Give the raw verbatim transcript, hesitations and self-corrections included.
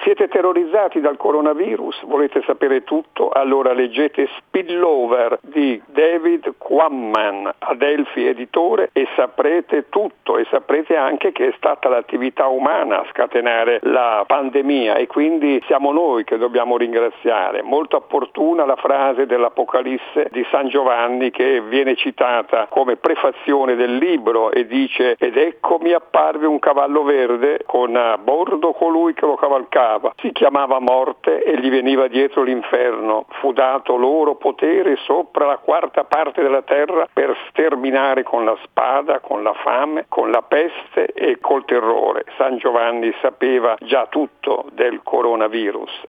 Siete terrorizzati dal coronavirus? Volete sapere tutto? Allora leggete Spillover di David Quammen, Adelphi editore, e saprete tutto, e saprete anche che è stata l'attività umana a scatenare la pandemia, e quindi siamo noi che dobbiamo ringraziare. Molto opportuna la frase dell'Apocalisse di San Giovanni, che viene citata come prefazione del libro, e dice: ed ecco mi apparve un cavallo verde con a bordo colui che lo cavalcava. Si chiamava Morte e gli veniva dietro l'inferno. Fu dato loro potere sopra la quarta parte della terra per sterminare con la spada, con la fame, con la peste e col terrore. San Giovanni sapeva già tutto del coronavirus.